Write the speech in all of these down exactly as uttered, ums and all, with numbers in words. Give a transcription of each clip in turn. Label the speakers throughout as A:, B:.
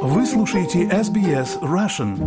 A: Вы слушаете эс би эс Russian.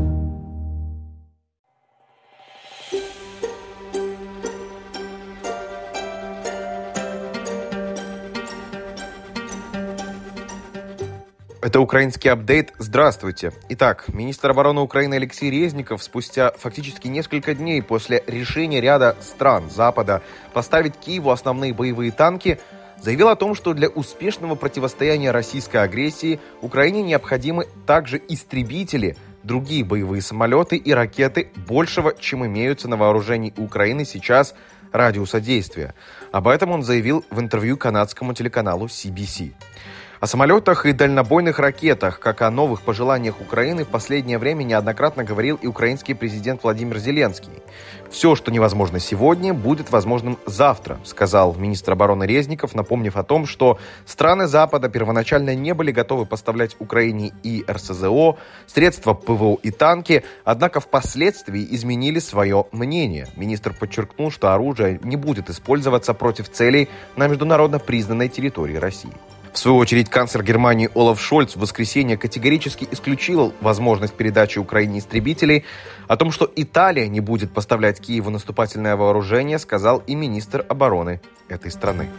B: Это украинский апдейт. Здравствуйте. Итак, министр обороны Украины Алексей Резников спустя фактически несколько дней после решения ряда стран Запада поставить Киеву основные боевые танки, заявил о том, что для успешного противостояния российской агрессии Украине необходимы также истребители, другие боевые самолеты и ракеты большего, чем имеются на вооружении Украины сейчас радиуса действия. Об этом он заявил в интервью канадскому телеканалу си би си. О самолетах и дальнобойных ракетах, как о новых пожеланиях Украины, в последнее время неоднократно говорил и украинский президент Владимир Зеленский. «Все, что невозможно сегодня, будет возможным завтра», сказал министр обороны Резников, напомнив о том, что страны Запада первоначально не были готовы поставлять Украине и эр эс зэ о, средства пэ вэ о и танки, однако впоследствии изменили свое мнение. Министр подчеркнул, что оружие не будет использоваться против целей на международно признанной территории России. В свою очередь, канцлер Германии Олаф Шольц в воскресенье категорически исключил возможность передачи Украине истребителей. О том, что Италия не будет поставлять Киеву наступательное вооружение, сказал и министр обороны этой страны.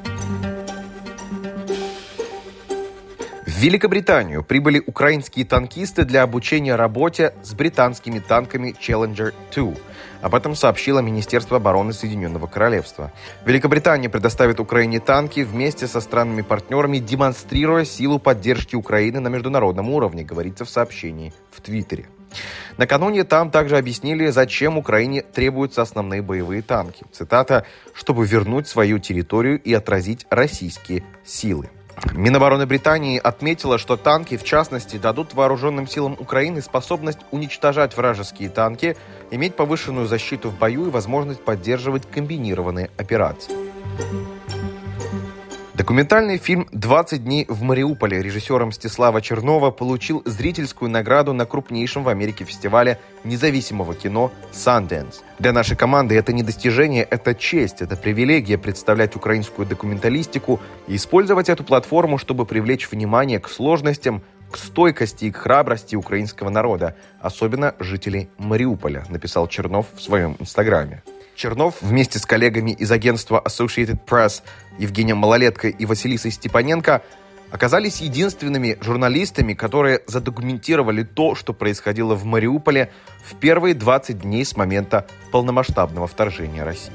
B: В Великобританию прибыли украинские танкисты для обучения работе с британскими танками Challenger два. Об этом сообщило Министерство обороны Соединенного Королевства. Великобритания предоставит Украине танки вместе со странами-партнерами, демонстрируя силу поддержки Украины на международном уровне, говорится в сообщении в Твиттере. Накануне там также объяснили, зачем Украине требуются основные боевые танки. Цитата: «чтобы вернуть свою территорию и отразить российские силы». Минобороны Британии отметила, что танки, в частности, дадут вооруженным силам Украины способность уничтожать вражеские танки, иметь повышенную защиту в бою и возможность поддерживать комбинированные операции. Документальный фильм «двадцать дней в Мариуполе» режиссера Мстислава Чернова получил зрительскую награду на крупнейшем в Америке фестивале независимого кино «Sundance». Для нашей команды это не достижение, это честь, это привилегия представлять украинскую документалистику и использовать эту платформу, чтобы привлечь внимание к сложностям, к стойкости и к храбрости украинского народа, особенно жителей Мариуполя, написал Чернов в своем инстаграме. Чернов вместе с коллегами из агентства Associated Press Евгением Малолеткой и Василисой Степаненко оказались единственными журналистами, которые задокументировали то, что происходило в Мариуполе в первые двадцать дней с момента полномасштабного вторжения России.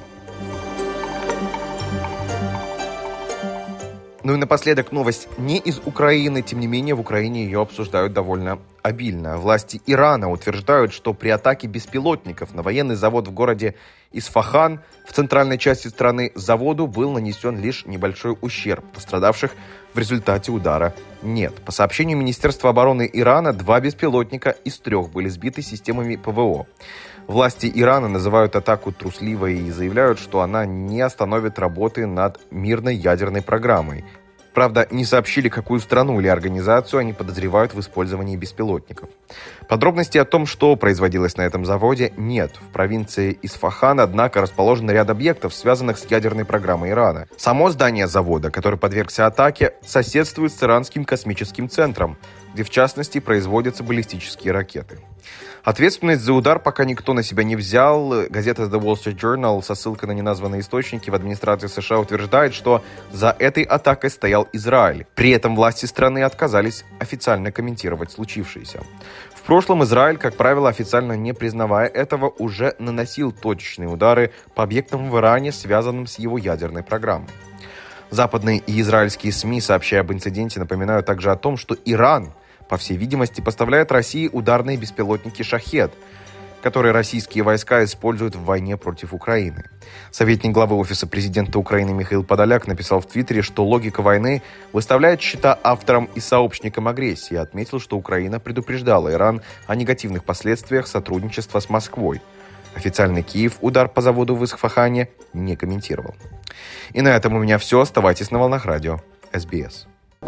B: Ну и напоследок новость не из Украины, тем не менее в Украине ее обсуждают довольно обильно. Власти Ирана утверждают, что при атаке беспилотников на военный завод в городе Исфахан в центральной части страны заводу был нанесен лишь небольшой ущерб. Пострадавших в результате удара нет. По сообщению Министерства обороны Ирана, два беспилотника из трех были сбиты системами пэ вэ о. Власти Ирана называют атаку трусливой и заявляют, что она не остановит работы над мирной ядерной программой. Правда, не сообщили, какую страну или организацию они подозревают в использовании беспилотников. Подробностей о том, что производилось на этом заводе, нет. В провинции Исфахан, однако, расположен ряд объектов, связанных с ядерной программой Ирана. Само здание завода, который подвергся атаке, соседствует с иранским космическим центром, где, в частности, производятся баллистические ракеты. Ответственность за удар пока никто на себя не взял. Газета The Wall Street Journal со ссылкой на неназванные источники в администрации США утверждает, что за этой атакой стоял Израиль. При этом власти страны отказались официально комментировать случившееся. В прошлом Израиль, как правило, официально не признавая этого, уже наносил точечные удары по объектам в Иране, связанным с его ядерной программой. Западные и израильские СМИ, сообщая об инциденте, напоминают также о том, что Иран, по всей видимости, поставляет России ударные беспилотники «Шахед», которые российские войска используют в войне против Украины. Советник главы Офиса президента Украины Михаил Подоляк написал в Твиттере, что логика войны выставляет счета авторам и сообщникам агрессии, и отметил, что Украина предупреждала Иран о негативных последствиях сотрудничества с Москвой. Официальный Киев удар по заводу в Исфахане не комментировал. И на этом у меня все. Оставайтесь на волнах радио эс би эс.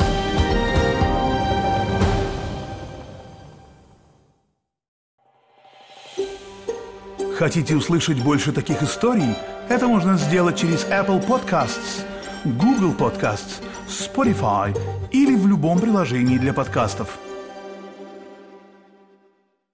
A: Хотите услышать больше таких историй? Это можно сделать через Apple Podcasts, Google Podcasts, Spotify или в любом приложении для подкастов.